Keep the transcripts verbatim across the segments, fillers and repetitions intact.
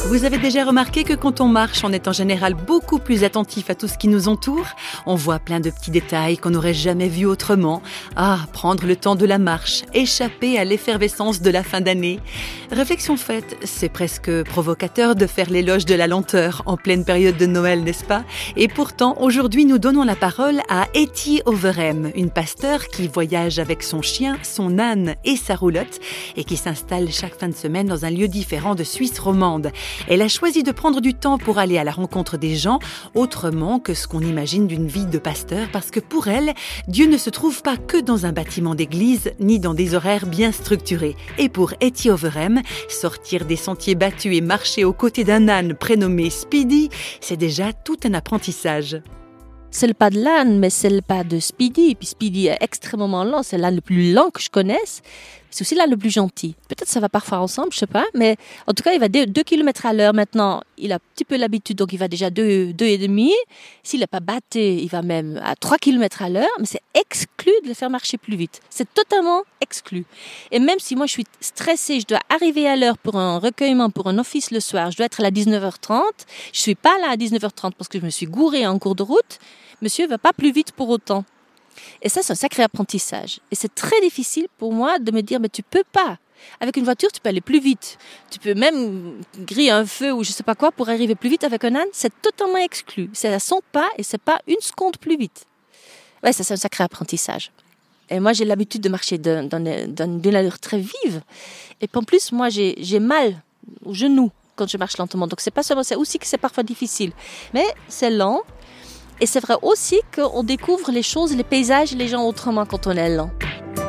Vous avez déjà remarqué que quand on marche, on est en général beaucoup plus attentif à tout ce qui nous entoure. On voit plein de petits détails qu'on n'aurait jamais vus autrement. Ah, prendre le temps de la marche, échapper à l'effervescence de la fin d'année. Réflexion faite, c'est presque provocateur de faire l'éloge de la lenteur en pleine période de Noël, n'est-ce pas? Et pourtant, aujourd'hui, nous donnons la parole à Hetty Overem, une pasteur qui voyage avec son chien, son âne et sa roulotte et qui s'installe chaque fin de semaine dans un lieu différent de Suisse romande. Elle a choisi de prendre du temps pour aller à la rencontre des gens, autrement que ce qu'on imagine d'une vie de pasteur, parce que pour elle, Dieu ne se trouve pas que dans un bâtiment d'église, ni dans des horaires bien structurés. Et pour Hetty Overem, sortir des sentiers battus et marcher aux côtés d'un âne prénommé Speedy, c'est déjà tout un apprentissage. C'est le pas de l'âne, mais c'est le pas de Speedy. Et puis Speedy est extrêmement lent, c'est l'âne le plus lent que je connaisse. C'est aussi l'âne le plus gentil. Peut-être ça va parfois ensemble, je sais pas. Mais en tout cas, il va deux kilomètres à l'heure maintenant. Il a un petit peu l'habitude, donc il va déjà deux, deux et demi. S'il n'a pas batté, il va même à trois kilomètres à l'heure. Mais c'est exclu de le faire marcher plus vite. C'est totalement exclu. Et même si moi je suis stressée, je dois arriver à l'heure pour un recueillement, pour un office le soir, je dois être là à dix-neuf heures trente. Je suis pas là à dix-neuf heures trente parce que je me suis gourée en cours de route. Monsieur va pas plus vite pour autant. Et ça, c'est un sacré apprentissage. Et c'est très difficile pour moi de me dire, mais tu peux pas. Avec une voiture, tu peux aller plus vite. Tu peux même griller un feu ou je sais pas quoi pour arriver plus vite. Avec un âne, c'est totalement exclu. C'est à son pas et c'est pas une seconde plus vite. Ouais, ça, c'est un sacré apprentissage. Et moi, j'ai l'habitude de marcher d'un, d'un, d'un, d'une allure très vive. Et puis en plus, moi, j'ai, j'ai mal au genou quand je marche lentement. Donc, c'est pas seulement, c'est aussi que c'est parfois difficile. Mais c'est lent. Et c'est vrai aussi qu'on découvre les choses, les paysages, les gens autrement quand on est lent.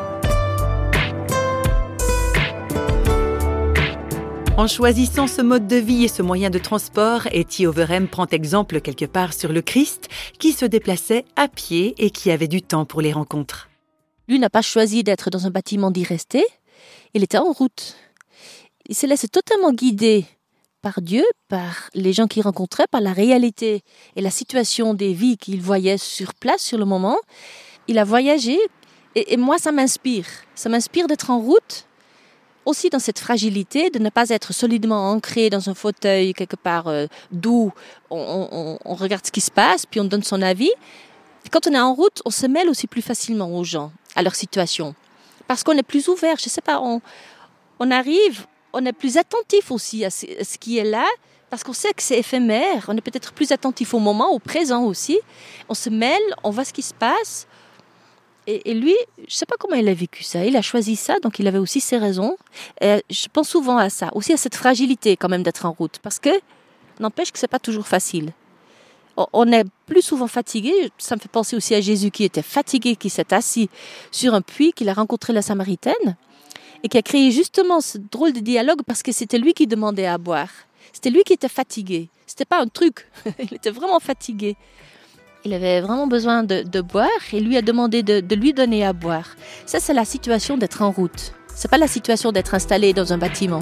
En choisissant ce mode de vie et ce moyen de transport, Hetty Overem prend exemple quelque part sur le Christ, qui se déplaçait à pied et qui avait du temps pour les rencontres. Lui n'a pas choisi d'être dans un bâtiment d'y rester, il était en route. Il se laissait totalement guider par Dieu, par les gens qu'il rencontrait, par la réalité et la situation des vies qu'il voyait sur place, sur le moment. Il a voyagé et, et moi, ça m'inspire. Ça m'inspire d'être en route, aussi dans cette fragilité, de ne pas être solidement ancré dans un fauteuil quelque part euh, d'où on, on, on regarde ce qui se passe, puis on donne son avis. Et quand on est en route, on se mêle aussi plus facilement aux gens, à leur situation. Parce qu'on est plus ouvert, je ne sais pas, on, on arrive... On est plus attentif aussi à ce qui est là, parce qu'on sait que c'est éphémère. On est peut-être plus attentif au moment, au présent aussi. On se mêle, on voit ce qui se passe. Et, et lui, je ne sais pas comment il a vécu ça. Il a choisi ça, donc il avait aussi ses raisons. Et je pense souvent à ça, aussi à cette fragilité quand même d'être en route, parce que n'empêche que ce n'est pas toujours facile. On est plus souvent fatigué. Ça me fait penser aussi à Jésus qui était fatigué, qui s'est assis sur un puits, qu'il a rencontré la Samaritaine. Et qui a créé justement ce drôle de dialogue parce que c'était lui qui demandait à boire. C'était lui qui était fatigué. C'était pas un truc. Il était vraiment fatigué. Il avait vraiment besoin de, de boire et lui a demandé de, de lui donner à boire. Ça, c'est la situation d'être en route. C'est pas la situation d'être installé dans un bâtiment.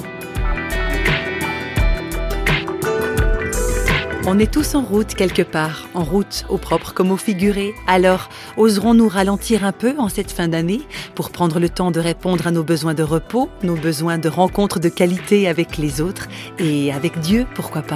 On est tous en route quelque part, en route au propre comme au figuré. Alors, oserons-nous ralentir un peu en cette fin d'année pour prendre le temps de répondre à nos besoins de repos, nos besoins de rencontres de qualité avec les autres et avec Dieu, pourquoi pas ?